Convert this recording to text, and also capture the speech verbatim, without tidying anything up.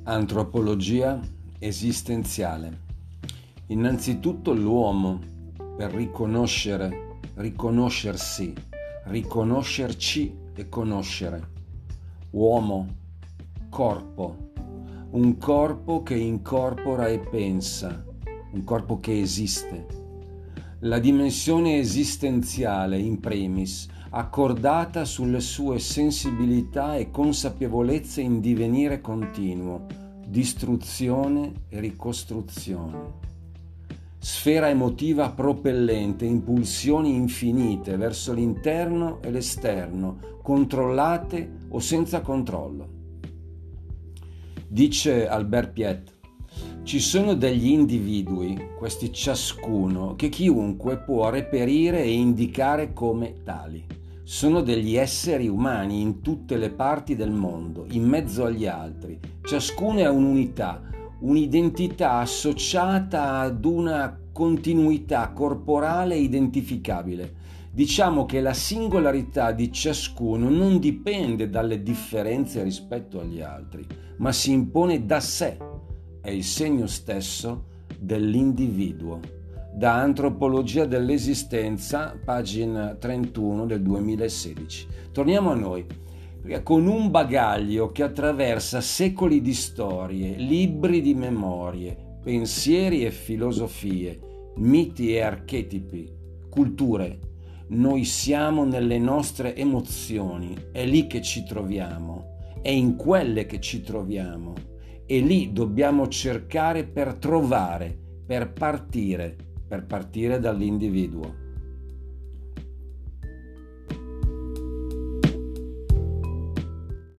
Antropologia esistenziale. Innanzitutto l'uomo, per riconoscere, riconoscersi, riconoscerci e conoscere. Uomo, corpo, un corpo che incorpora e pensa, un corpo che esiste. La dimensione esistenziale, in primis, accordata sulle sue sensibilità e consapevolezze in divenire continuo, distruzione e ricostruzione. Sfera emotiva propellente, impulsioni infinite verso l'interno e l'esterno, controllate o senza controllo. Dice Albert Piet: ci sono degli individui, questi ciascuno, che chiunque può reperire e indicare come tali. Sono degli esseri umani in tutte le parti del mondo, in mezzo agli altri. Ciascuno è un'unità, un'identità associata ad una continuità corporale identificabile. Diciamo che la singolarità di ciascuno non dipende dalle differenze rispetto agli altri, ma si impone da sé. È il segno stesso dell'individuo. Da Antropologia dell'esistenza, pagina trentuno del duemilasedici. Torniamo a noi, perché con un bagaglio che attraversa secoli di storie, libri di memorie, pensieri e filosofie, miti e archetipi, culture, noi siamo nelle nostre emozioni, è lì che ci troviamo, è in quelle che ci troviamo, e lì dobbiamo cercare per trovare, per partire, per partire dall'individuo.